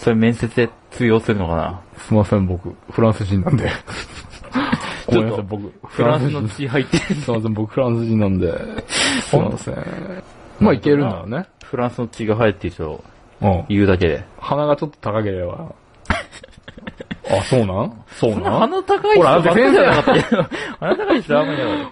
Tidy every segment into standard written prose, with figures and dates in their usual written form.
それ面接で通用するのかな。 すいません、僕、フランス人なんで。ごめんなさい、僕、 フランスの血入ってる。 すいません、僕フランス人なんで。すいません。まあ、いけるんだろうね。 フランスの血が入ってる人うん。 言うだけで。 鼻がちょっと高ければ。あ、そうなんそうなん鼻高い人ほら、あなた先生じゃなかったけど。鼻高い人あんまりいなかった。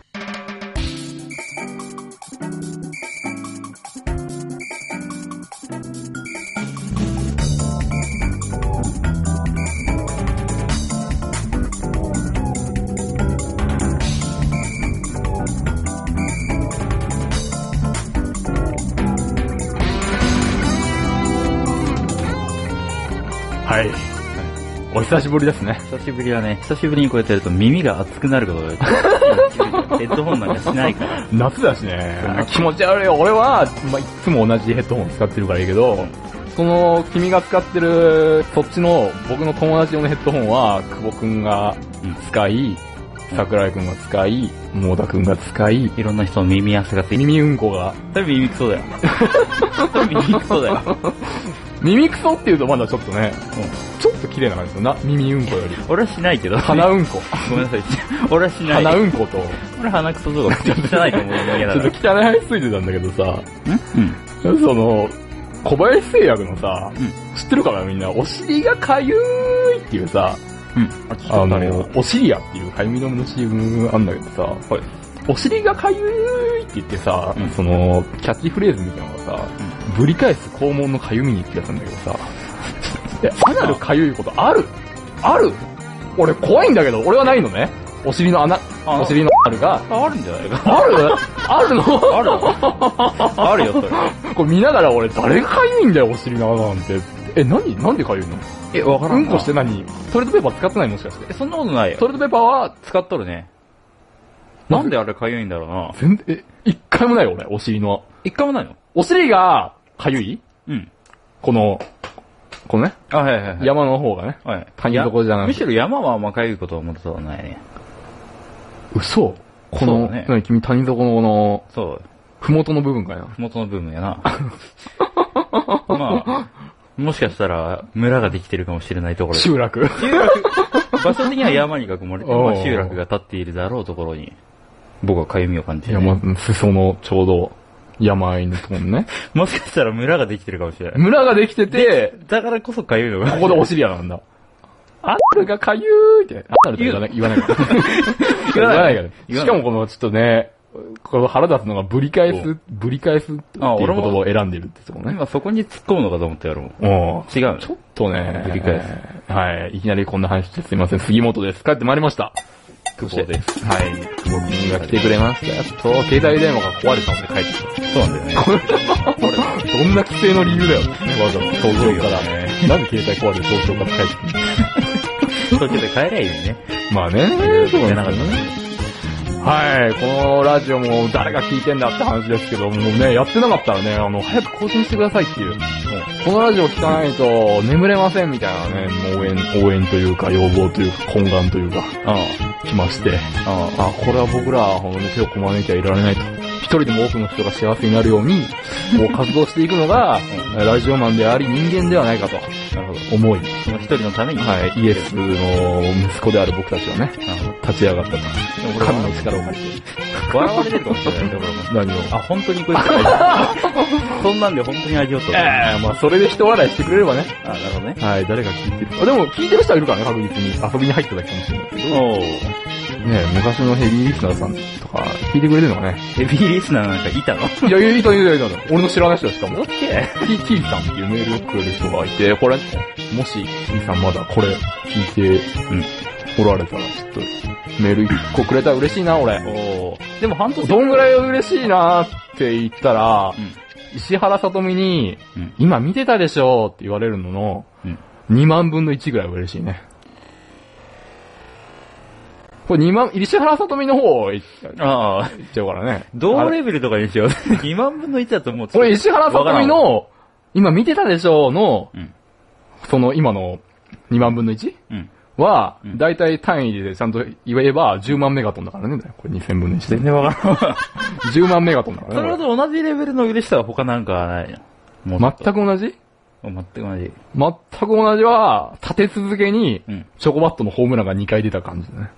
はい。お久しぶりですね。 久しぶりはね、久しぶりにこうやってやると耳が熱くなることがヘッドホンなんかしないから。 夏だしね。気持ち悪いよ。俺は、まあ、いつも同じヘッドホン使ってるからいいけど、その、君が使ってる、そっちの、僕の友達用のヘッドホンは、久保くんが使い、桜井くんが使い、モーダくんが使い、 いろんな人の耳汗がついて耳うんこが。 それ耳クソだよ。それ耳クソだよ。 耳クソって言うとまだちょっとね、ちょっと綺麗な感じですよな、耳うんこより。 俺はしないけど。 鼻うんこ。 ごめんなさい。俺はしない。 鼻うんこと。 俺鼻クソとかちょっと汚いと思う人間だちょから。 っと汚い話ついてたんだけどさ、その、小林製薬のさ、知ってるかなみんな、お尻がかゆいっていうさ、お尻やっていうかゆみ止めの CM あんだけどさ、お尻がかゆいって言ってさ、その、キャッチフレーズみたいなのがさ、ぶり返す肛門のかゆみにってやつなんだけどさ、アナルかゆいことある俺怖いんだけど、俺はないのね。お尻の穴、お尻のアナルが。 あるんじゃないか。 あるのあるよ、それ。 これ見ながら俺、誰がかゆいんだよ、お尻の穴なんて。なんでかゆいの？ わからん。 うんこして何？トイレットペーパー使ってないもしかして。 そんなことないよ。 トイレットペーパーは使っとるね。なんであれかゆいんだろうな。 一回もないよ、俺、お尻の。 一回もないの？ お尻がかゆい？ うん。 このね。 はいはいはい。 山の方がね。 はい。 谷底じゃなくて。 むしろ山はあんまかゆいことは思ったことはないね。 嘘？この、君谷底のこの、 そう。 ふもとの部分かいな。 ふもとの部分やな。まあ、もしかしたら村ができてるかもしれないところで。 集落。 場所的には山に囲まれて、まあ、集落が立っているだろうところに、僕はかゆみを感じて、ね。 裾のちょうど山あいのところね。 もしかしたら村ができてるかもしれない。 村ができてて、 だからこそかゆいのが。 ここでお尻やなんだ。アナルがかゆーって。アナルとか言わないから。言わないから。しかもこのちょっとね、この腹立つのがぶり返すっていう言葉を選んでるってとこね。 今そこに突っ込むのかと思ったやろ。違う。 ちょっとね、 ぶり返す。 はい。いきなりこんな話してすいません。杉本です。帰ってまいりました。 久保です。 はい。久保君が来てくれました。やっと、携帯電話が壊れたので帰ってきた。 そうなんだよね。 どんな規制の理由だよ。わざわざ東京から。なんで携帯壊れて東京から帰ってきた東京で帰りゃいいね。 まあね。そうじゃなかったね。はい。このラジオも誰が聞いてんだって話ですけど、もうね、やってなかったらね、早く更新してくださいっていう。このラジオ聞かないと眠れませんみたいなね、応援というか、要望というか、懇願というか、来まして。これは僕ら、手をこまねきゃいられないと。一人でも多くの人が幸せになるように、こう活動していくのが、ラジオマンであり人間ではないかと。なるほど。思い。 その一人のために。 はい。イエスの息子である僕たちはね、立ち上がったと。神の力を借りて。 笑われてるかもしれないところも。 何を？ 本当にこういうそんなんで本当に味わった。 まあそれで人笑いしてくれればね。 なるほどね。 はい、誰が聞いてる。でも聞いてる人はいるからね、確実に。遊びに入っただけかもしれないけど。ね昔のヘビーリスナーさんとか聞いてくれてるのかね。 ヘビーリスナーなんかいたの？ いや、いた。俺の知らない人しかも。 オッケー。 T さんっていうメールをくれる人がいて、これ、もし T さんまだこれ聞いて、おられたらちょっとメール1個くれたら嬉しいな、俺。 でも半年どんぐらい嬉しいなって言ったら、石原さとみに、今見てたでしょって言われるのの、2万分の1ぐらい嬉しいね。これ石原さとみの方行っちゃうからね。 同レベルとかにしよう。2万分の1だと思う。 これ石原さとみの、今見てたでしょの、その今の2万分の 1？ は、だいたい単位でちゃんと言えば10万メガトンだからね。これ2000分の1で。 全然わからん。 10万メガトンだからね。 それと同じレベルの嬉しさは他なんかないの？ 全く同じ？ 全く同じ。 全く同じは、立て続けに、チョコバットのホームランが2回出た感じだね。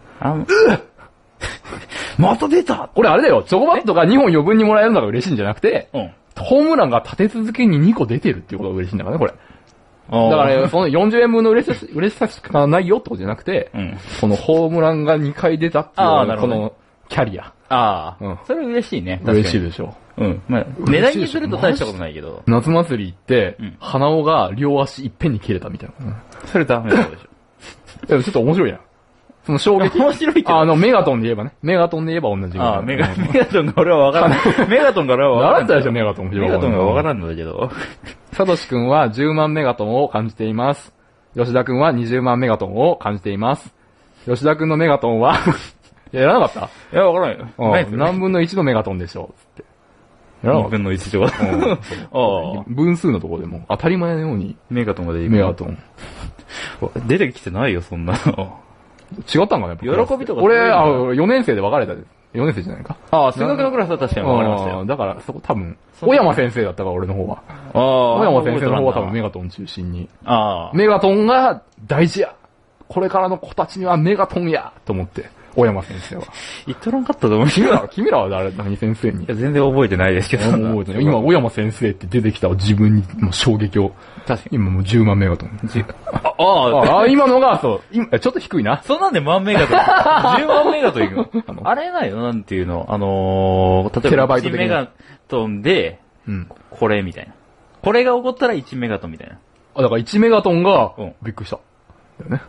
また出たこれあれだよ、チョコバットが2本余分にもらえるのが嬉しいんじゃなくて、ホームランが立て続けに2個出てるっていうことが嬉しいんだからね、これ。だからね、その40円分の嬉しさしかないよってことじゃなくて、このホームランが2回出たっていう、このキャリア。 それ嬉しいね。 嬉しいでしょ。 まあ、値段にすると大したことないけど。 夏祭り行って、鼻緒が両足いっぺんに切れたみたいな。 それダメだでしょ。 いや、ちょっと面白いな。その衝撃。 面白いけど。 メガトンで言えばね。メガトンで言えば同じ。 メガトンが俺はわからない。メガトンが俺はわからない。 習ったでしょ、メガトン。 メガトンがわからんのだけど。 サトシ君は10万メガトンを感じています。吉田君は20万メガトンを感じています。吉田君のメガトンは、やらなかった？ いや、わからないよ。 何分の1のメガトンでしょうって。やらなかった。 何分の1とか。 分数のところでも当たり前のように。 メガトンが出てくる。 メガトン。 出てきてないよ、そんなの。 違ったんかね、 喜びとか。 俺、4年生で別れたです。4年生じゃないか。 数学のクラスは確かに分かりましたよ。 だからそこ多分、小山先生だったから俺の方は。小山先生の方は多分メガトン中心に。メガトンが大事や。これからの子たちにはメガトンやと思って、小山先生は。 言っとらんかったと思う。 君らは何先生に。 いや、全然覚えてないですけど。 覚えてない。今、小山先生って出てきた自分にもう衝撃を。 確かに。今もう10万メガトン。今のが、そう。ちょっと低いな。 そんなんで万メガトン。10万メガトンいくのあれないのなんていうの例えば1メガトンで、これみたいな。これが起こったら1メガトンみたいな。 だから1メガトンが、びっくりした。だよね。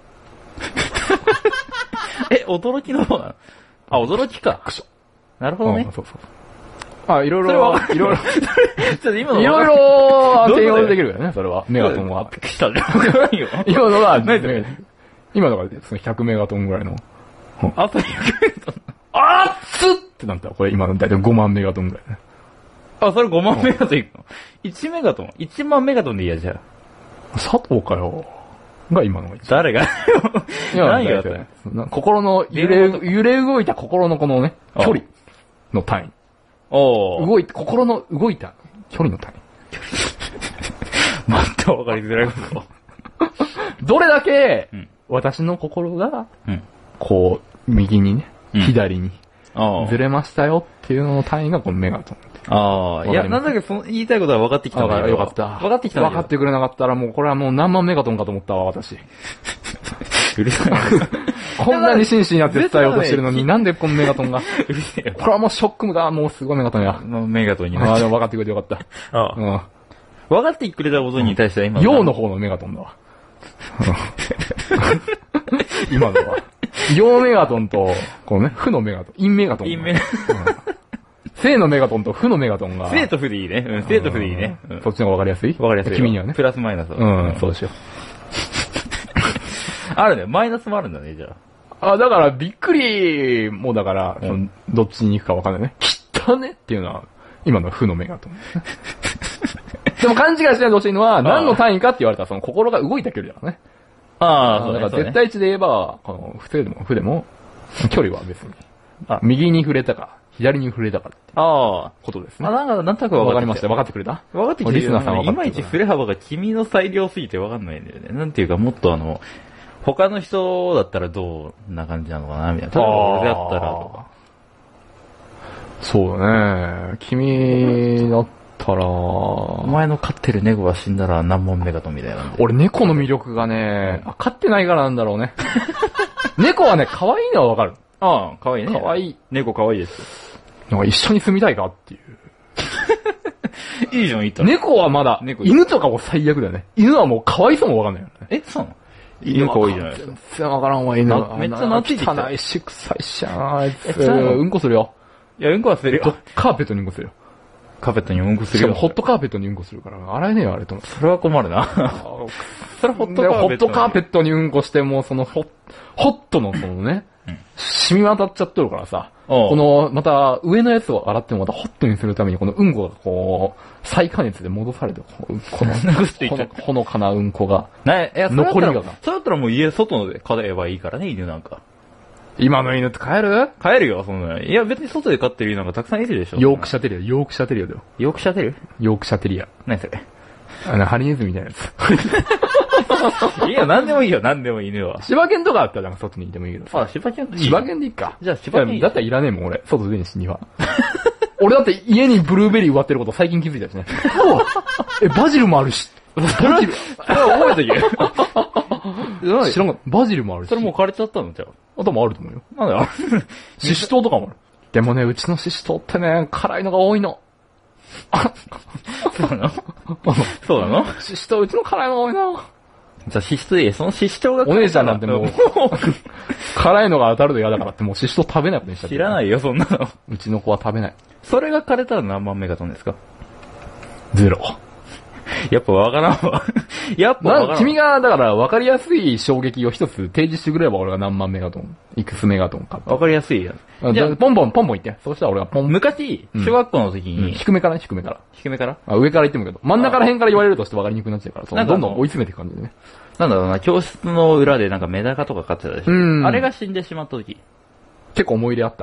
驚きの方なの？驚きか。なるほどね。 そう。いろいろ、 ちょっと今のいろいろ転用できるよね、それは。メガトンは。 びっくりした。 今のが、今のがその100メガトンぐらいの。 あと100メガトン。 熱っってなった。これ今のだいたい5万メガトンぐらいね。 それ5万メガトンいくの ?1 メガトン ?1 万メガトンでいいや、じゃあ。 佐藤かよ。が今のが誰が何が心の揺れ動いた心のこのね、距離の単位。心の動いた距離の単位。 全くわかりづらいこと。 どれだけ、私の心が、こう、右にね、左に、ずれましたよっていうのの単位がこのメガトン。 いや、なんだけど、言いたいことは分かってきたんだけど。 よかった。 分かってきたんだけど。 分かってくれなかったらもう、これはもう何万メガトンかと思ったわ、私。 うるさい。 こんなに真摯になって伝えようとしてるのに、なんでこのメガトンが。 うるせえよ。 これはもうショックだ、もうすごいメガトンや。 メガトンになっちゃう。 でも分かってくれてよかった。 分かってくれたことに対しては今陽の方のメガトンだわ。今のは。陽メガトンと、このね、負のメガトン、陰メガトン。正のメガトンと負のメガトンが。 正と負でいいね。正と負でいいね。 そっちの方が分かりやすい？ 分かりやすい。 君にはね。 プラスマイナス。 そうしよう。 あるね。マイナスもあるんだね、じゃあ。だから、びっくりもだから、どっちに行くか分かんないね。汚ねっていうのは、今の負のメガトン。でも勘違いしないでほしいのは、何の単位かって言われたら、その心が動いた距離だからね。 そうだから絶対値で言えば、この負でも、距離は別に。右に触れたか、左に触れたかっていうことですね。 なんとなく分かりました。分かってくれた？ 分かってきてる。リスナーさん分かってくれた。いまいち振れ幅が君の裁量すぎて分かんないんだよね。なんていうか、もっと他の人だったらどんな感じなのかなみたいな。例えば俺だったらとか。 そうだね。君だったら、 お前の飼ってる猫が死んだら何問メガトンみたいなんで。 俺猫の魅力がね、飼ってないからなんだろうね。猫はね、可愛いのはわかる。 可愛いね。 可愛い。 猫可愛いです。 なんか一緒に住みたいかっていう。 いいじゃん、いいと。 猫はまだ、犬とかも最悪だよね。犬はもう可哀想もわかんないよね。 そうなの？犬可愛いじゃないですか。 全然わからんわ、犬は。 めっちゃ懐いてきた。 汚いし、臭いしあいつ。うんこするよ。 いや、うんこはするよ。 カーペットにうんこするよ。 カーペットにうんこするよ。 しかもホットカーペットにうんこするから、洗えねえよ、あれと思って。 それは困るな。それホットカーペットにうんこしても、そのホットのそのね、染み渡っちゃっとるからさ、この、また上のやつを洗ってもまたホットにするためにこのうんこがこう、再加熱で戻されて、このほのかなうんこが、残りが。 そうだったらもう家外で飼えばいいからね、犬なんか。 今の犬って飼える？ 飼えるよ、そんな。いや、別に外で飼ってる犬なんかたくさんいるでしょ。 ヨークシャテリアだよ。 ヨークシャテリア？ ヨークシャテリア。 何それ？ ハリネズミみたいなやつ。いや、なんでもいいよ、なんでも犬は。 柴犬とかあったら外にいてもいいけどさ。 あ、柴犬柴犬でいいか。 じゃあ柴犬だったらいらねえもん、俺。外出ねえし、庭。俺だって家にブルーベリー植わってること最近気づいたしね。バジルもあるし。バジル。 覚えとけ。 知らんかった。バジルもあるし。 それもう枯れちゃったのじゃあ。頭あると思うよ。 なんだシシトウとかもある。でもね、うちのシシトウってね、辛いのが多いの。 そうなのそうなのシシトウ、うちの辛いのが多いな。 じゃあシシトウそのシシトウがお姉ちゃんなんてもう、辛いのが当たると嫌だからってもうシシトウ食べないことにしちゃって。 知らないよ、そんなの。 うちの子は食べない。 それが枯れたら何万メガトンですか ？0。 やっぱわからんわ。やっぱわからん。 君が、だから分かりやすい衝撃を一つ提示してくれれば俺が何万メガトン、いくつメガトンか。 わかりやすいやん。じゃあ、ポンポン言って。そうしたら俺がポン。 昔、小学校の時に、 低めからね、低めから。 低めから上から言ってもいいけど、真ん中ら辺から言われるとして分かりにくくなっちゃうから、どんどん追い詰めていく感じでね。 なんだろうな、教室の裏でなんかメダカとか飼ってたでしょ。あれが死んでしまった時。 結構思い入れあった。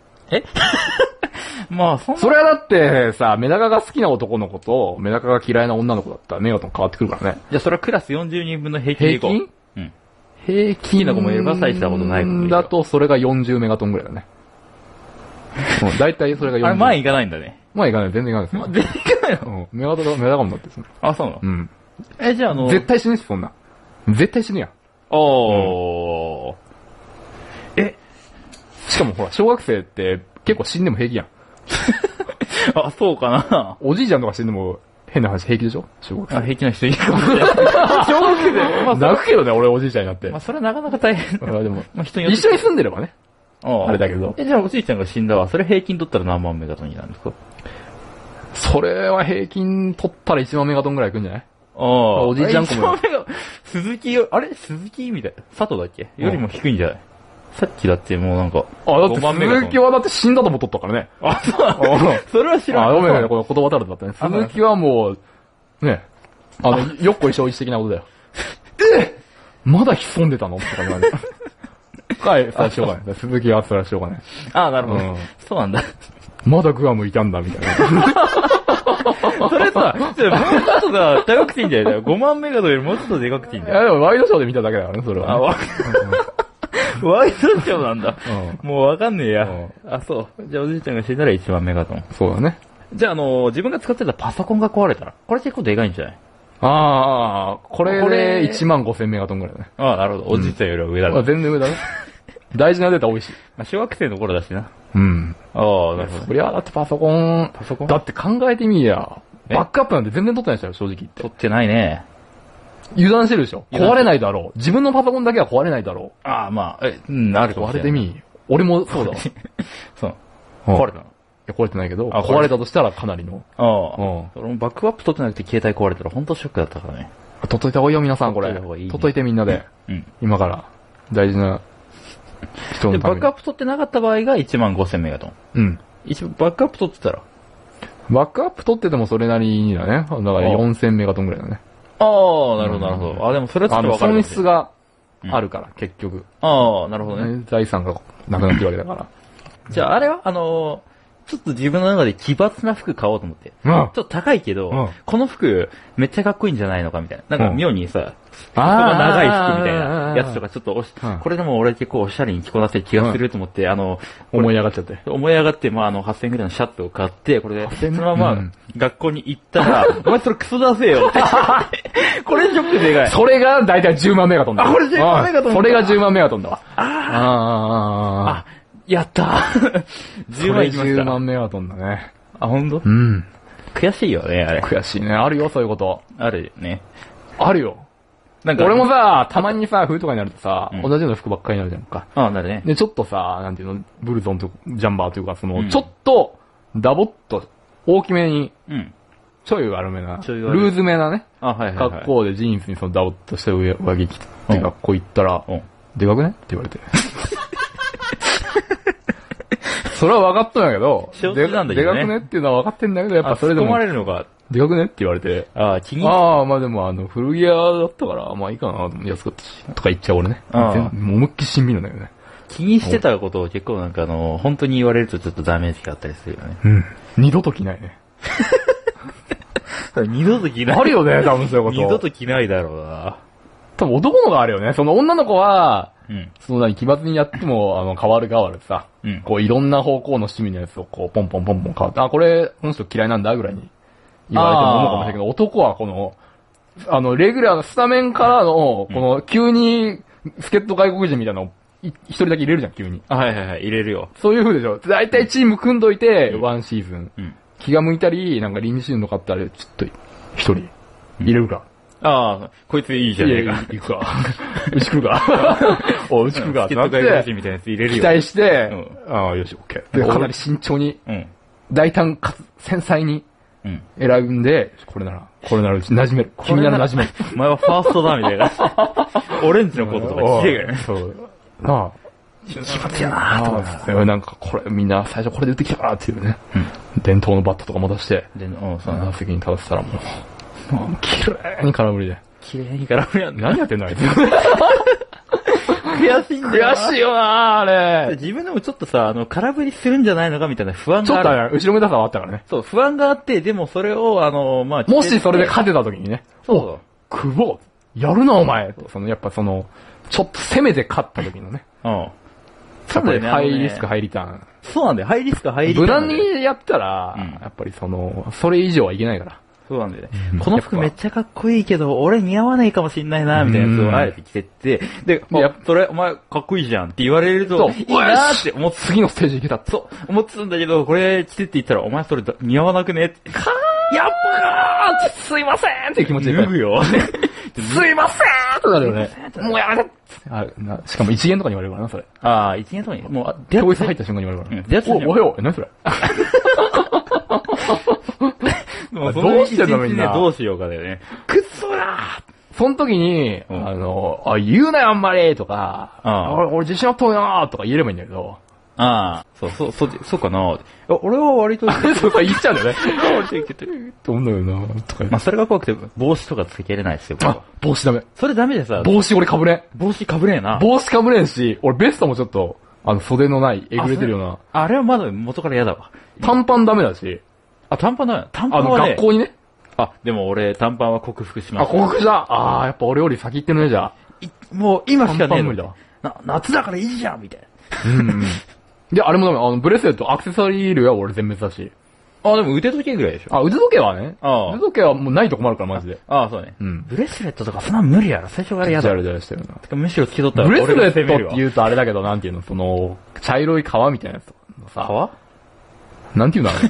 まあ、 それはだってさ、メダカが好きな男の子と、メダカが嫌いな女の子だったらメガトン変わってくるからね。 じゃあそれはクラス40人分の平均でいこう。 平均？ うん。 平均。 好きな子もいれば大したことない子もいる。 だとそれが40メガトンぐらいだね。だいたいそれが40。 あれ前行かないんだね。 前行かない、全然行かないです。 全然行かないの？ メダカもだってですね。 あ、そうなの？ うん。 じゃあ絶対死ぬし、そんな。絶対死ぬやん。 おー。 しかもほら、小学生って結構死んでも平気やん。 あ、そうかな。 おじいちゃんとか死んでも変な話平気でしょ？小学生。 平気な人いるかもしれない。小学生で。 泣くけどね、俺おじいちゃんになって。 まあ、それはなかなか大変。 でも、 人によって一緒に住んでればね。あれだけど。 じゃあおじいちゃんが死んだわ。それ平均取ったら何万メガトンになるんですか？ それは平均取ったら1万メガトンぐらいいくんじゃない？おじいちゃん子も。 鈴木よ、あれ鈴木みたいな。佐藤だっけよりも低いんじゃない？さっきだってもうなんか。 だって鈴木はだって死んだと思っとったからね。 それは知らない。 ごめんね、この言葉足らずだったね。鈴木はもう、ね、よっこいしょいち的なことだよ。まだ潜んでたのって感じだね。はい、それはしょうがない。鈴木はそれはしょうがない。 なるほど。そうなんだ。 まだグアムいたんだ、みたいな。 それさ、もうちょっとが高くていいんじゃない？ 5 万メガトンよりもうちょっとでかくていいんだよ。 いや、でもワイドショーで見ただけだからね、それは。 ワイドショーなんだ。もうわかんねえや。そう。じゃあおじいちゃんが死んだら1万メガトン。 そうだね。 じゃあ自分が使ってたパソコンが壊れたら、これ結構でかいんじゃない？ これで1万5000メガトンぐらいだね。 なるほど。おじいちゃんよりは上だね。 全然上だね。大事なデータ多いし。 小学生の頃だしな。 うん。 なるほど。 そりゃだってパソコンだって考えてみりゃ、バックアップなんて全然取ってないですよ、正直言って。 取ってないね。 油断してるでしょ。壊れないだろう。自分のパソコンだけは壊れないだろう。 まあ、あるかもしれない。 壊れてみ。俺もそうだわ。 そう。壊れたの？ いや、壊れてないけど、壊れたとしたらかなりの。 俺もバックアップ取ってなくて携帯壊れたら本当ショックだったからね。 取っといた方がいいよ、皆さん、これ。取っといてみんなで。今から。大事な人のために。 バックアップ取ってなかった場合が1万5000メガトン。 うん。 バックアップ取ってたらバックアップ取っててもそれなりにだね。だから4000メガトンぐらいだね。 なるほど、なるほど。でもそれはちょっと分かる。 損失があるから、結局。 なるほどね。 財産がなくなってるわけだから。 じゃあ、あれはちょっと自分の中で奇抜な服買おうと思って。ちょっと高いけど、この服めっちゃかっこいいんじゃないのかみたいな。なんか妙にさ、裾が長い服みたいなやつとかちょっとこれでも俺結構おしゃれに着こなせる気がすると思って、 思い上がっちゃって。 思い上がって、8000円ぐらいのシャツを買って、これで、そのまま学校に行ったら、お前それクソ出せよって。これショックでかい。 それがだいたい10万メガトンだ。 これ10万メガトンだ。 それが10万メガトンだわ。 やったー。10万いきました。 10万メガトンだね。 ほんと？ うん。 悔しいよね、あれ。 悔しいね。あるよ、そういうこと。 あるよね。 あるよ。なんか俺もさ、たまにさ、冬とかになるとさ、同じような服ばっかりになるじゃんか。 なるね。 で、ちょっとさ、なんていうの、ブルゾンとジャンバーというか、ちょっと、ダボっと、大きめに、ちょい悪めな、ルーズめなね、格好でジーンズにそのダボっとした上着着て学校行ったら、でかくねって言われて。それは分かったんだけど、でかくねっていうのは分かってんだけど、やっぱそれでも。 突っ込まれるのが。 でかくねって言われて。 気にまあでも古着屋だったから、まあいいかな、安かったし。とか言っちゃう俺ね。もう思いっきり親身なんだよね。 気にしてたことを結構なんか本当に言われるとちょっとダメージがあったりするよね。 うん。二度と着ないね。 二度と着ない。 あるよね、多分そういうこと。 二度と着ないだろうな。 多分男の子あるよね。その女の子は、 うん。 その奇抜にやっても、変わる変わるさ、うん。こういろんな方向の趣味のやつをこう、ポンポンポンポン変わって、あ、これ、この人嫌いなんだぐらいに言われても思うかもしれないけど、男はこの、レギュラーのスタメンからの、この、急に、助っ人外国人みたいなのを、一人だけ入れるじゃん、急に。 はいはいはい、入れるよ。 そういう風でしょ。だいたいチーム組んどいて、ワンシーズン。うん。気が向いたり、なんか臨時シーズンとかあったら、ちょっと、一人、入れるか。 ああ、こいついいじゃねえか。 行くか。うち来るか。うち来るか。 ってなって、 期待して、ああ、よし、オッケー。で、かなり慎重に、大胆かつ繊細に、選んで、これならうち馴染める。君なら馴染める。 お前はファーストだ、みたいな。オレンジのコートとか着てるよね。 そう。なあ。 気持ちやなぁと思って。 なんかこれ、みんな最初これで打ってきたからっていうね。伝統のバットとか持たして、打席に立たせたらもう、綺麗に空振りで。 綺麗に空振りやん何やってんのあいつ。 悔しいんだよ。 悔しいよなあれ。 自分でもちょっとさ、空振りするんじゃないのかみたいな不安がある。 ちょっと後ろめたさはあったからね。 そう、不安があって、でもそれを、まあ、 もしそれで勝てた時にね。 そう。 久保、やるなお前。やっぱちょっと攻めて勝った時のね。 うん。 そうだよね。ハイリスク、ハイリターン。 そうなんだよ。ハイリスク、ハイリターン。 無難にやったら、やっぱりそれ以上はいけないから。 そうなんだよね。この服めっちゃかっこいいけど、俺似合わないかもしんないな、みたいなやつをあえて着てって、で、それ、お前かっこいいじゃんって言われると、いいなーって思って、 次のステージ行けたって。 そう、思ってたんだけど、これ着てって言ったら、お前それ似合わなくねって。 やっぱーすいませんっていう気持ちで。 脱ぐよ。 すいませんってなるよね。もうやめてしかも一元とかに言われるからな、それ。 ああ、一元とかに。もう、 教室入った瞬間に言われるから。おはよう。何それ。 どうしてんのみんな。どうしようかだよね。 くっそーその時に、言うなよあんまりとか、俺自信あったよなーとか言えればいいんだけど。 ああ、そうかな。俺は割と、 そうか言っちゃうんだよね。 俺いけてる。 どんだよなとか。 まあそれが怖くて、帽子とかつけれないですよ。 あ、帽子ダメ。 それダメでさ。 帽子俺被れん。 帽子被れんな。 帽子被れんし、俺ベストもちょっと、袖のない、えぐれてるような。 あれはまだ元から嫌だわ。 短パンダメだし。 あ、短パンダメ。短パンはね。 学校にね。 あ、でも俺、短パンは克服しました。 あ、克服した。やっぱ俺より先行ってるね、じゃあ。 もう今しかねえの。 短パン無理だわ。 夏だからいいじゃんみたいな。で、あれもダメ。ブレスレット、アクセサリー類は俺全滅だし。 でも腕時計ぐらいでしょ。 腕時計はね。腕時計はもうないと困るから、マジで。 そうね。ブレスレットとかそんな無理やろ。最初から嫌だ。 ジャルしてるな。 てかむしろつけとったらブレスレットって言うとあれだけど、なんていうの、茶色い皮みたいなやつのさ。 皮なんていうのあれ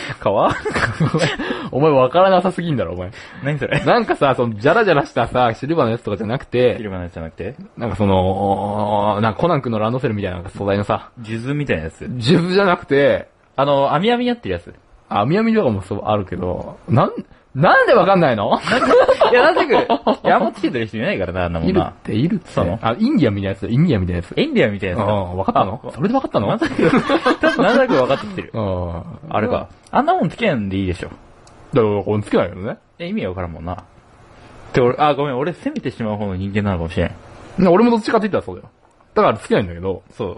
お前分からなさすぎんだろ、お前。 何それなんかさ、ジャラジャラしたさ、シルバーのやつとかじゃなくて、 シルバーのやつじゃなくてなんかなんかコナン君のランドセルみたいな素材のさ、 ジュズみたいなやつ。 ジュズじゃなくて、 網やってるやつ。 網とかもそうあるけど、なんでわかんないのいや、なんであんまつけてる人いないからな、あんなもんな。 いるって。インディアンみたいなやつ。 インディアンみたいなやつ。 わかったのそれでわかったの多分なんとなくわかってきてる。あれか。あんなもんつけんでいいでしょ。 だから、これつけないけどね。 意味わからんもんな。ごめん、俺攻めてしまう方の人間なのかもしれん。 俺もどっちかって言ったらそうだよ。だからつけないんだけど。 そう。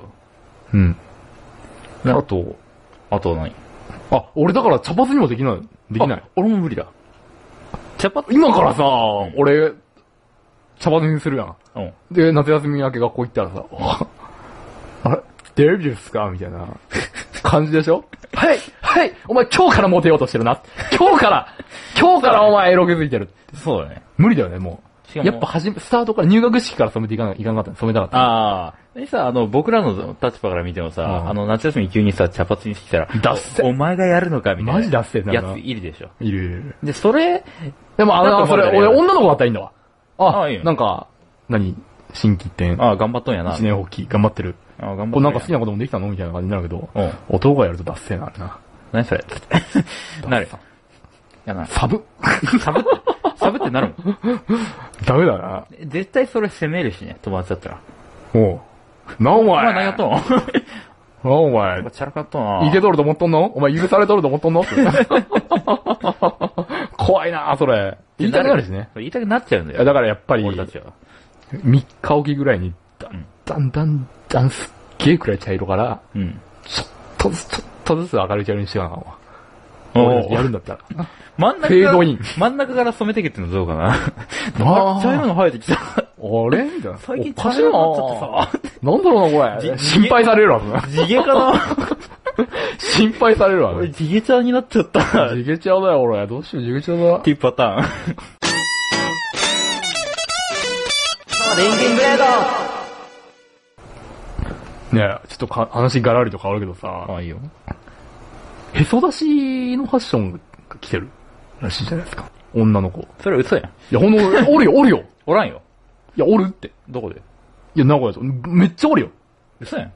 あと何俺だから茶髪にもできない。 俺も無理だ。 今からさ、俺、茶髪にするやん。で、夏休み明け学校行ったらさ、あれデビューっすかみたいな感じでしょはいお前今日からモテようとしてるな。今日からお前エロ気づいてる。 そうだね。 無理だよね、もう。やっぱスタートから入学式から染めていかなかった。染めたかった。 でさ、僕らの立場から見てもさ、夏休み急にさ、茶髪にしてきたら、お前がやるのかみたいな。 マジダッセーな。 やついるでしょ。 いる。 で、それ、 でもそれ、俺女の子だったらいいんだわ。 いいよ。 なんか、新規一点。 頑張っとんやな。 一年発起、頑張ってる。 頑張ってる。なんか好きなこともできたのみたいな感じになるけど、男がやるとダッセーなるな。 何それなる。やな。 サブってなるもん。 ダメだな。 絶対それ責めるしね、友達だったら。 お前何やっとんのお前。 チャラかっとんな。 いけとると思っとんのお前許されとると思っとんの怖いなそれ。言いたくなるしね。 言いたくなっちゃうんだよ。 だからやっぱり、 俺たちは。 3日おきぐらいに、だんだんすっげえくらい茶色から、ちょっとずつ明るい茶色にしてかな。 やるんだったら。 真ん中フェードイン。 真ん中から染めてけってのどうかな。茶色の生えてきた。 あれみたいな。 最近茶色になっちゃってさ。 なんだろうな、これ。心配されるわ、 地毛かな心配されるわ。 俺、地毛茶になっちゃった。 地毛茶だよ、俺。どうしよう、地毛茶だ。 っていうパターン。電源ブレードねえ、ちょっと話ガラリと変わるけどさ。 あ、いいよ。 へそ出しのファッションが来てるらしいじゃないですか。女の子。 それ嘘やん。 いや、おるよ、おるよ。 おらんよ。 いや、おるって。 どこで？ いや、名古屋と。めっちゃおるよ。 嘘やん。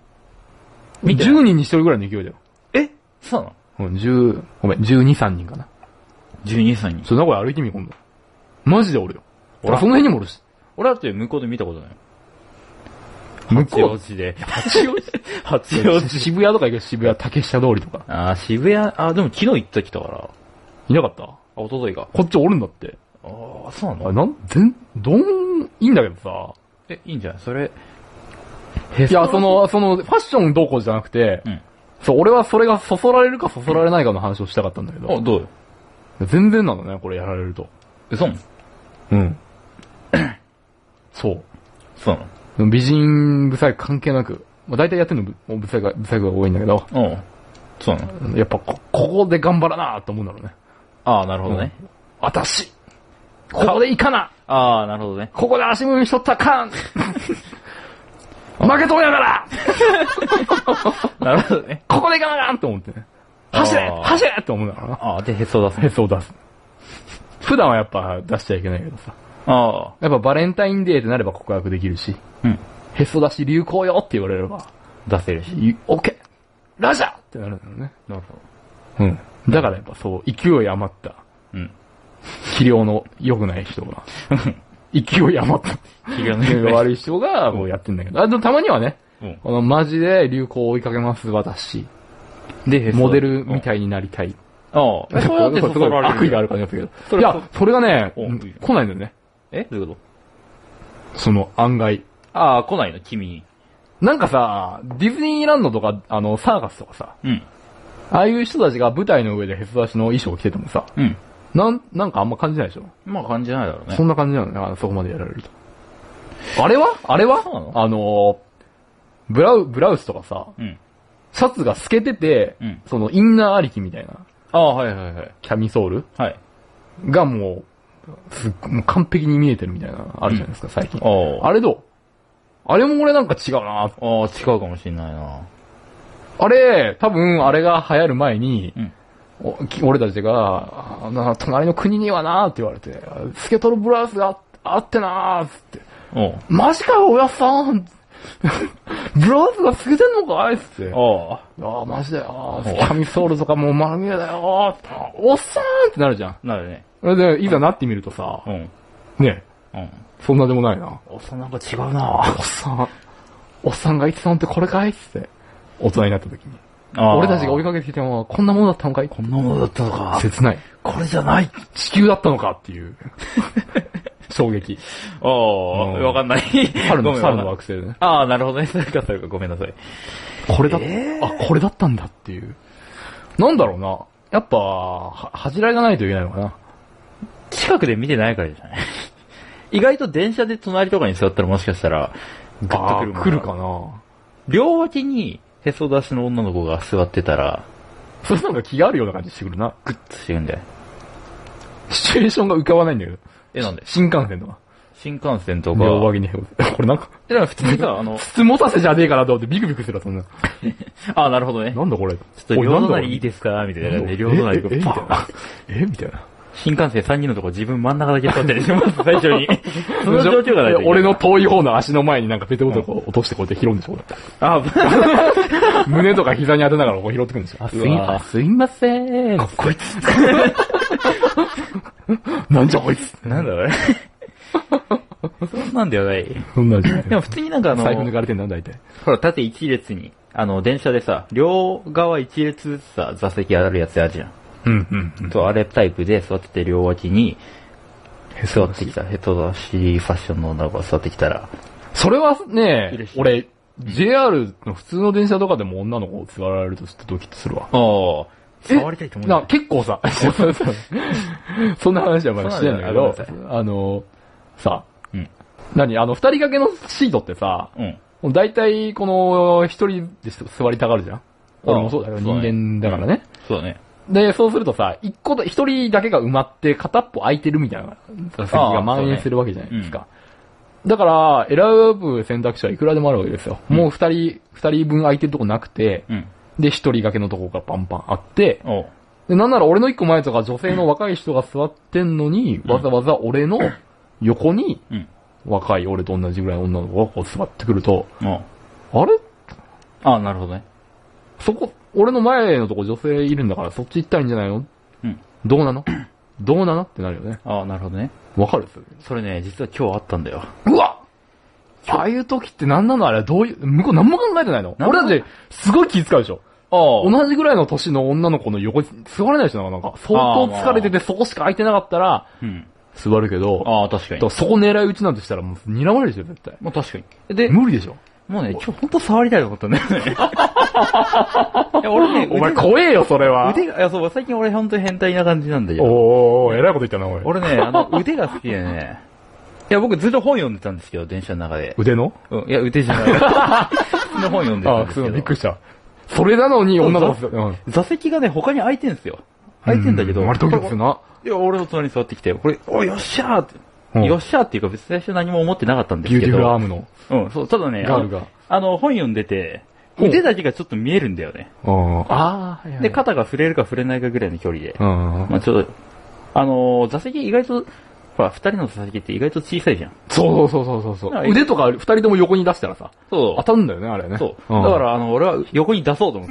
10人に1人ぐらいの勢いだよ。 え？そうなの？ うん、12、3人かな。 12、3人。 そう、名古屋歩いてみ、今度。マジでおるよ。俺、その辺にもおるし。 俺だって向こうで見たことない。 向こう八王子で。八王子。 渋谷とか行く渋谷竹下通りとか。 ああ、渋谷、あ、でも昨日行った来たから。 いなかった？ 一昨日が。 こっちおるんだって。 ああ、そうなの？ いいんだけどさ。 いいんじゃないそれ。 いや、その、ファッションどうこうじゃなくて、 うん。 そう、俺はそれがそそられるかそそられないかの話をしたかったんだけど。 あ、どうよ。 全然なのね、これやられると。 嘘？ うん。そうなの？ 美人、ブサイク関係なく。まあ、大体やってるのブサイクが多いんだけど。 うん。そうなの？ やっぱここで頑張らなーって思うんだろうね。 ああ、なるほどね。 私、ここでいかな。 ああ、なるほどね。 ここで足踏みしとったらかん。負けとんやからなるほどね。 ここでいかなあかんと思ってね。走れって思うんだろうな。 ああ、で、へそ出す。 へそを出す。普段はやっぱ出しちゃいけないけどさ。 ああ。 やっぱバレンタインデーってなれば告白できるし。 うん。 へそ出し流行よって言われれば。 出せるし。 オッケーラジャーってなるんだよね。 なるほど。 うん。だからやっぱそう、勢い余った。 うん。 器量の良くない人が。勢い余った。 器量の悪い人がもうやってんだけど。あとたまにはね、このマジで流行を追いかけます私。で、モデルみたいになりたい。 ああ。それだってそそられる。 悪意があるからやっぱけど。いや、それがね、来ないんだよね。 どういうこと？その案外。 ああ、来ないの君に。 なんかさ、ディズニーランドとか、サーカスとかさ。 うん。 ああいう人たちが舞台の上でへそ出しの衣装を着ててもさ。 うん。 なんかあんま感じないでしょ？ まあ感じないだろうね。 そんな感じなのね、そこまでやられると。あれはブラウスとかさ、 うん。 シャツが透けてて、 うん。 そのインナーありきみたいな。 ああ、はいはいはい。 キャミソールはい。 がもう完璧に見えてるみたいな、あるじゃないですか、最近。あれどう？あれも俺なんか違うな。 ああ、違うかもしれないな。 あれ、多分あれが流行る前に、 うん。 俺たちが、隣の国にはなーって言われて、透けとるブラウスがあってなーっつって。マジかよ、おやっさんブラウスが透けてんのかいっつって。ああ、マジだよ。キャミソールとかもう丸見えだよ。おっさんってなるじゃん。 なるね。 それで、いざなってみるとさ、ねえ、そんなでもないな。 おっさんなんか違うな。 おっさんが言ってたのってこれかいっつって。大人になった時に。俺たちが追いかけてきても、こんなものだったのかい？ こんなものだったのか。 切ない。 これじゃない。 地球だったのかっていう。衝撃。 ああ、わかんない。 猿の惑星でね。 ああ、なるほどね。それかごめんなさい。 これだ、これだったんだっていう。なんだろうな。やっぱ、恥じらいがないといけないのかな。 近くで見てないからじゃない。意外と電車で隣とかに座ったらもしかしたら、グッとくるもん。 来るかな。 両脇にへそ出しの女の子が座ってたら、 それなんか気があるような感じしてくるな。 グッとしてるんだよ。 シチュエーションが浮かばないんだけど。 なんで？ 新幹線とか。 新幹線とか。 両脇にへそ。これなんか。 普通にさ、 筒持たせじゃねえかなと思ってビクビクするわ、そんな。 あ、なるほどね。 なんだこれ。ちょっと両隣いいですかみたいな感じで、両隣がみたいな。みたいな。 新幹線3人のとこ自分真ん中だけ座ったりします、最初に。その状況がないと。 俺の遠い方の足の前になんかペテボトルを落としてこうやって拾うんでしょ、胸とか膝に当てながらこう拾ってくるんですよ。 すいません。 こいつ。なんじゃこいつ。 なんだこれ。そんなんではない。 そんなんじゃない。 でも普通になんか財布抜かれてんだ、大体。 ほら、縦一列に、電車でさ、両側一列ずつさ、座席あるやつあるじゃん。そう、あれタイプで座ってて両脇に、座ってきた。ヘト出しファッションの女の子が座ってきたら。 それはね、俺、JR の普通の電車とかでも女の子を座られるとちょっとドキッとするわ。 ああ、 触りたいと思う。 結構さ、そんな話はまだしてないんだけど、さ、二人掛けのシートってさ、だいたいこの一人で座りたがるじゃん。俺もそうだよ、人間だからね。 そうだね。 で、そうするとさ、一人だけが埋まって片っぽ空いてるみたいな座席が蔓延するわけじゃないですか。だから、選ぶ選択肢はいくらでもあるわけですよ。もう二人分空いてるとこなくて、で、一人掛けのとこがパンパンあって、で、なんなら俺の一個前とか女性の若い人が座ってんのに、わざわざ俺の横に、若い俺と同じぐらいの女の子がこう座ってくると、あれ？ なるほどね。 俺の前のとこ女性いるんだからそっち行ったらいいんじゃないの？どうなのってなるよね。 なるほどね。 わかる？ それね、実は今日あったんだよ。 うわ！ああいう時って何なのあれ向こう何も考えてないの？俺だってすごい気遣うでしょ。同じぐらいの年の女の子の横に座れないでしょなんか相当疲れててそこしか空いてなかったら、座るけど、 確かに。 そこ狙い撃ちなんてしたらもう睨まれるでしょ、絶対。 確かに。 で、無理でしょ。 もうね、今日ほんと触りたいと思ったんだよね。いや、俺ね、 お前怖えよ、それは。 そう、最近俺ほんと変態な感じなんだけど。 偉いこと言ったな、おい。 俺ね、腕が好きでね、いや、僕ずっと本読んでたんですけど、電車の中で。 腕の？ いや、腕じゃない。普通の本読んでたんですけど。 びっくりした。それなのに女の子、 座席がね、他に空いてんすよ。空いてんだけど。 割とドキドキするな。 いや、俺の隣に座ってきて、これ、よっしゃーって。よっしゃーっていうか別に最初何も思ってなかったんですけど。 ビューティフルアームの。 そう、ただね、 ガールが。 本読んでて、腕だけがちょっと見えるんだよね。で、肩が触れるか触れないかぐらいの距離で。まあちょっと、座席意外と、ほら、二人の座席って意外と小さいじゃん。 そう。腕とか二人とも横に出したらさ、当たるんだよね、あれね。 そう。だから、俺は横に出そうと思って。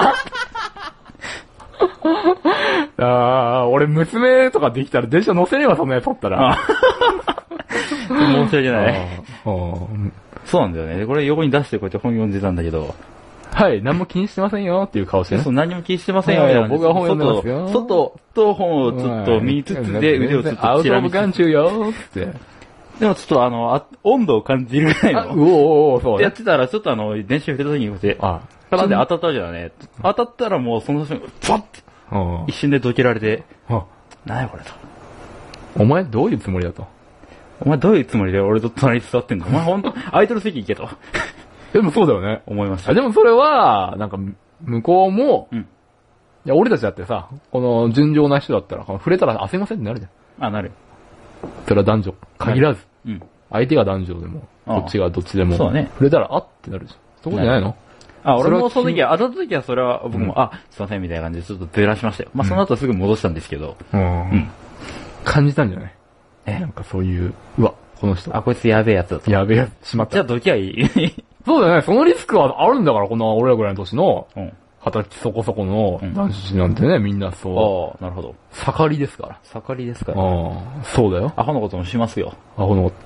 俺娘とかできたら電車乗せればそんなやつあったら。 申し訳ない。そうなんだよね。で、これ横に出してこうやって本読んでたんだけど。 はい、何も気にしてませんよっていう顔してね。 そう、何も気にしてませんよ。 僕は本読んでますよ。 外と本をちょっと見つつで腕をちょっとアウトオブ眼中よって。 でもちょっと温度を感じるぐらいの。そうやってたらちょっと電車触れた時にこうやって、体で当たったじゃね。当たったらもうその瞬間、パッて一瞬でどけられて、何やこれと。 お前どういうつもりだと。 お前どういうつもりで俺と隣に座ってんのお前ほんと、空いてる席行けと。 でもそうだよね。 思いました。 でもそれは、なんか、向こうも、いや、俺たちだってさ、この純情な人だったら、触れたら、すいませんってなるじゃん。 なる。 それは男女、限らず。相手が男女でも、こっちがどっちでも。 そうね。 触れたら、ってなるじゃん。そうじゃないの？ 俺もその時は、当たった時はそれは僕も、すいませんみたいな感じでちょっとずらしましたよ。その後すぐ戻したんですけど。 感じたんじゃない？なんかそういう、この人。 こいつやべえやつだと。 やべえやつ、しまった。 じゃあどきゃいい。 そうだよね、そのリスクはあるんだから、この俺らぐらいの年の、20歳そこそこの男子なんてね、みんなそう。 なるほど。 盛りですから。 盛りですから。 そうだよ。 アホのこともしますよ。 アホのこと。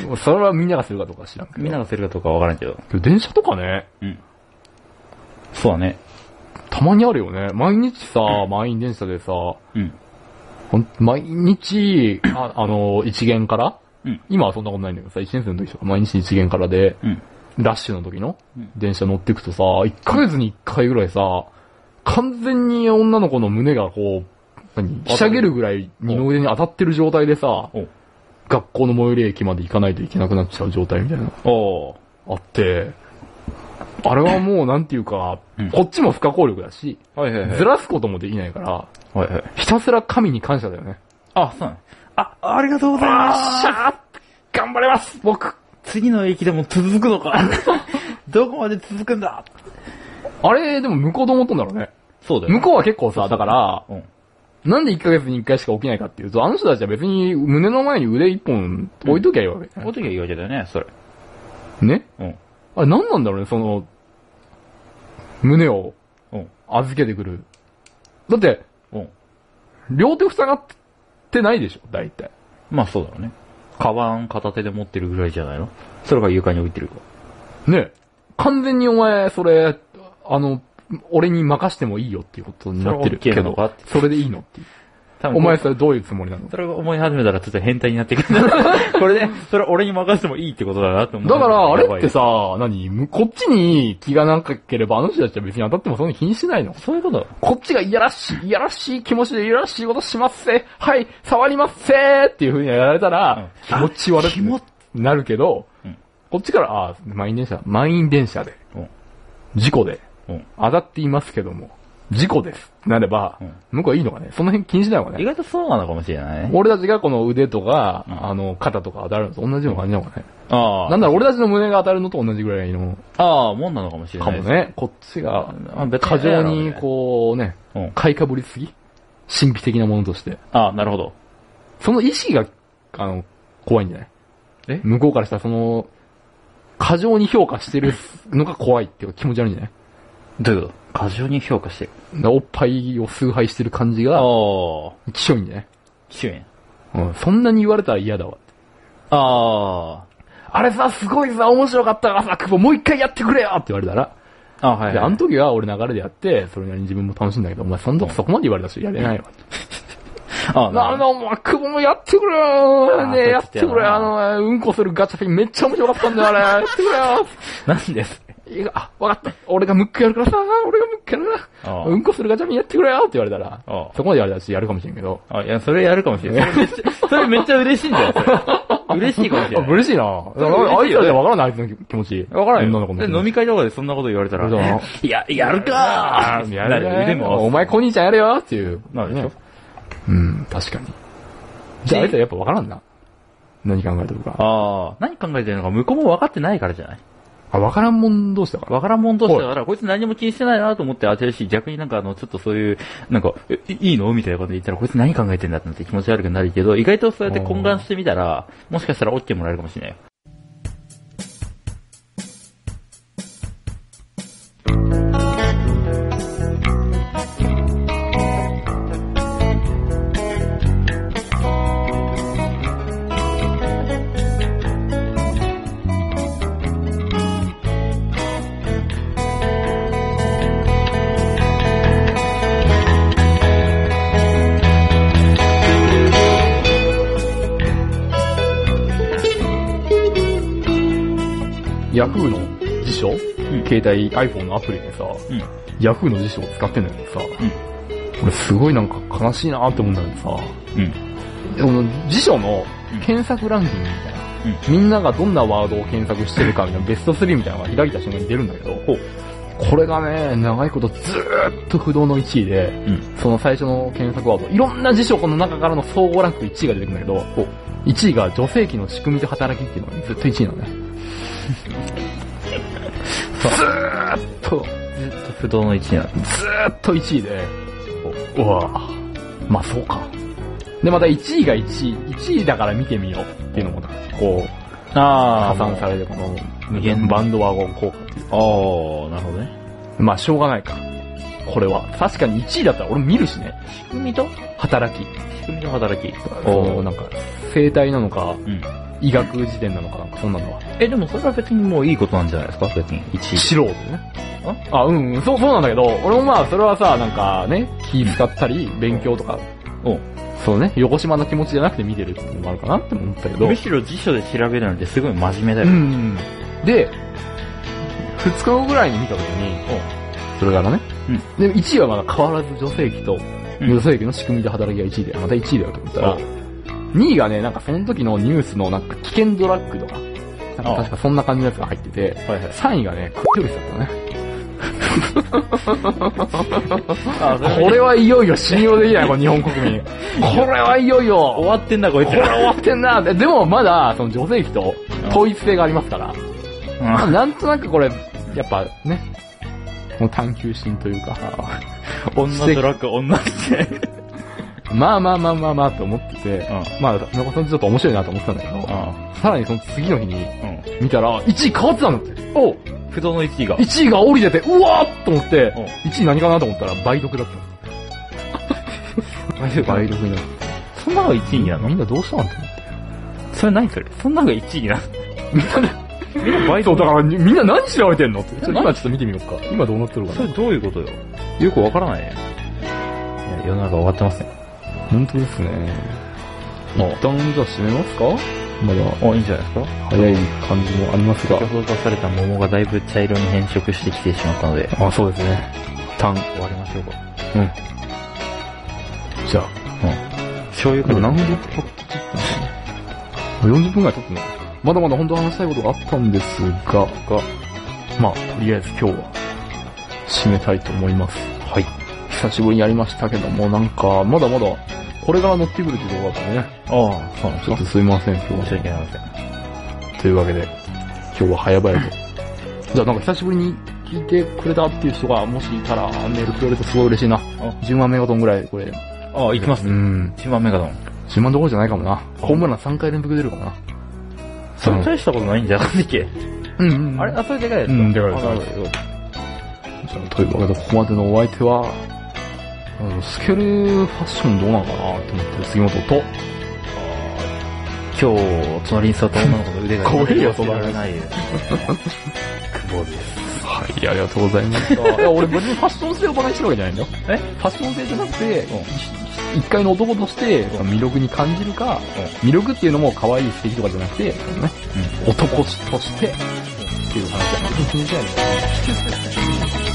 それはみんながするかどうか知らんけど。 みんながするかどうかわからんけど。 電車とかね。 そうだね。 たまにあるよね。毎日さ、満員電車でさ、毎日、一限から、今はそんなことないんだけどさ、一年生の時とか毎日一限からで、ラッシュの時の電車乗っていくとさ、1ヶ月に1回ぐらいさ、完全に女の子の胸がこう、ひしゃげるぐらい二の腕に当たってる状態でさ、学校の最寄り駅まで行かないといけなくなっちゃう状態みたいな。あって、あれはもうなんていうか、こっちも不可抗力だし、ずらすこともできないから、ひたすら神に感謝だよね。 そうなの。ありがとうございます。 頑張れます僕次の駅でも続くのかどこまで続くんだあれ、でも向こうと思ったんだろうね。 そうだよ。 向こうは結構さ、だから、なんで1ヶ月に1回しか起きないかっていうと、あの人たちは別に胸の前に腕1本置いときゃいいわけ。 置いときゃいいわけだよね、それ。 ねあれ何なんだろうね、その、胸を預けてくる。だって、両手塞がってないでしょ、大体。 そうだろうね。カバン片手で持ってるぐらいじゃないの？それが床に置いてるか。 ね完全にお前、それ、俺に任してもいいよっていうことになってるけど、それでいいのっていう。 お前それどういうつもりなの？ それを思い始めたらちょっと変態になってくる。これで、それ俺に任せてもいいってことだなと思う。 だから、あれってさ、こっちに気がなければ、あの人たちは別に当たってもそんなに気にしないの？ そういうこと？ こっちがいやらしい気持ちでいやらしいことしますせ。はい、触りますせーっていう風にやられたら、気持ち悪くなるけど、こっちから、満員電車で、事故で、当たっていますけども、事故です。なれば、向こうはいいのかね？その辺気にしないのかね？ 意外とそうなのかもしれない。 俺たちがこの腕とか、肩とか当たるのと同じような感じなのかね？なんだろ、俺たちの胸が当たるのと同じぐらいの。 もんなのかもしれない。 かもね。こっちが、過剰にこうね、買いかぶりすぎ？神秘的なものとして。 なるほど。 その意識が、怖いんじゃない？向こうからしたら過剰に評価してるのが怖いっていうか気持ち悪いんじゃない？ どういうこと？過剰に評価してる。 おっぱいを崇拝してる感じが、きしょいんじゃない？ きしょいん。 そんなに言われたら嫌だわって。あれさ、すごいさ、面白かったからさ、久保もう一回やってくれよって言われたら、 はい。 で、あの時は俺流れでやって、それなりに自分も楽しいんだけど、お前その時そこまで言われたし、やれないわ。お前、久保もやってくれよねやってくれようんこするガチャピンめっちゃ面白かったんだよ、あれやってくれよなんですわかった。俺がムックやるからさ、うんこするガチャピンやってくれよって言われたら、そこまで言われたしやるかもしれんけど。 いや、それやるかもしれない。それめっちゃ嬉しいんだよ、それ。嬉しいかもしれない。 嬉しいな。あいつらじゃわからない、あいつの気持ち。 わからないよ。飲み会とかでそんなこと言われたら、やるかーやるでも、お前小兄ちゃんやれよっていう。 なるでしょ？ 確かに。じゃああいつらやっぱわからんな。何考えてるか。 何考えてるのか向こうも分かってないからじゃない？ わからんもん同士だから。 わからんもん同士だから、こいつ何も気にしてないなと思って当てるし、逆にちょっとそういう、いいのみたいなこと言ったら、こいつ何考えてんだって気持ち悪くなるけど、意外とそうやって懇願してみたら、もしかしたら OK もらえるかもしれないよ。 ヤフーの辞書、携帯 iPhone のアプリでさ、ヤフーの辞書を使ってんだけどさ、俺すごい悲しいなーって思うんだけどさ、辞書の検索ランキングみたいな、みんながどんなワードを検索してるかみたいなベスト3みたいなのが開いた瞬間に出るんだけど、これがね、長いことずーっと不動の1位で、その最初の検索ワード、いろんな辞書この中からの総合ランク1位が出てくるんだけど、1位が女性器の仕組みと働きっていうのがずっと1位なのね。ずーっと不動の1位なの。 ずーっと1位で、まあそうか。で、また1位が1位だから見てみようっていうのも、加算されるこの無限バンドワゴン効果っていう。 なるほどね。 まあしょうがないか。これは。確かに1位だったら俺見るしね。 仕組みと働き。 仕組みと働き。 生態なのか、医学辞典なのかそんなのは。 でもそれは別にもういいことなんじゃないですか別に。1位。 素人でね。そうなんだけど、俺もまあそれはさ、気使ったり、勉強とか、そうね、横島な気持ちじゃなくて見てるっていうのもあるかなって思ったけど。 むしろ辞書で調べるなんてすごい真面目だよ。 で、2日後ぐらいに見た時に、それからね、で、1位はまだ変わらず女性器と、女性器の仕組みで働きが1位で、また1位だよと思ったら、2位がね、その時のニュースの危険ドラッグとか、確かそんな感じのやつが入ってて、3位がね、クッテルスだったね。これはいよいよ信用できないこの日本国民。これはいよいよ終わってんだこいつ。 これ終わってんな。でもまだその女性器と統一性がありますから、なんとなくこれやっぱね、もう探求心というか、 女ドラッグ女って。 まあって思ってて、まあちょっと面白いなと思ってたんだけど、さらにその次の日に見たら1位変わってたのって。 不動の1位が。 1位が降りてて、うわーっと思って、1位何かなと思ったら梅毒だった。梅毒になって。 そんなのが1位になるの？ みんなどうしたんって思って。 それ何それ？そんなのが1位になるの？みんな梅毒。 だからみんな何調べてんのって。今ちょっと見てみようか。今どうなってるかな。 それどういうことよ？よくわからないね。いや、世の中終わってますね。 本当ですね。一旦じゃあ締めますか？まだ。 いいんじゃないですか？ 早い感じもありますが。 先ほど出された桃がだいぶ茶色に変色してきてしまったので。 そうですね。一旦終わりましょうか。 じゃあ。 醤油か何分経って40分ぐらい経ってんの？まだまだ本当は話したいことがあったんですが、まあ、とりあえず今日は締めたいと思います。 はい。 久しぶりにやりましたけども、なんか、まだまだ、これから乗ってくるってところだったね。 そうなんですか。 ちょっとすいません、今日は。 申し訳ありません。 というわけで、今日は早々と。じゃあなんか久しぶりに聞いてくれたっていう人がもしいたら、メールくれるとすごい嬉しいな。10万メガトンぐらい、これ。 いきますね。10万メガトン。 10万どころじゃないかもな。ホームラン3回連続出るかもな。 それ大したことないんじゃなかったっけ？あれそれでかいですか？ でかいです。というわけで、ここまでのお相手は、スケールファッションどうなのかなと思ってる杉本と、 今日、隣に座った女の子の腕が怖いよ、そんなない久保です。 はい、ありがとうございました。いや、俺別にファッション性をバカにしてるわけじゃないんだよ。ファッション性じゃなくて、一回の男として魅力に感じるか、魅力っていうのも可愛い素敵とかじゃなくて、男としてっていう話だね。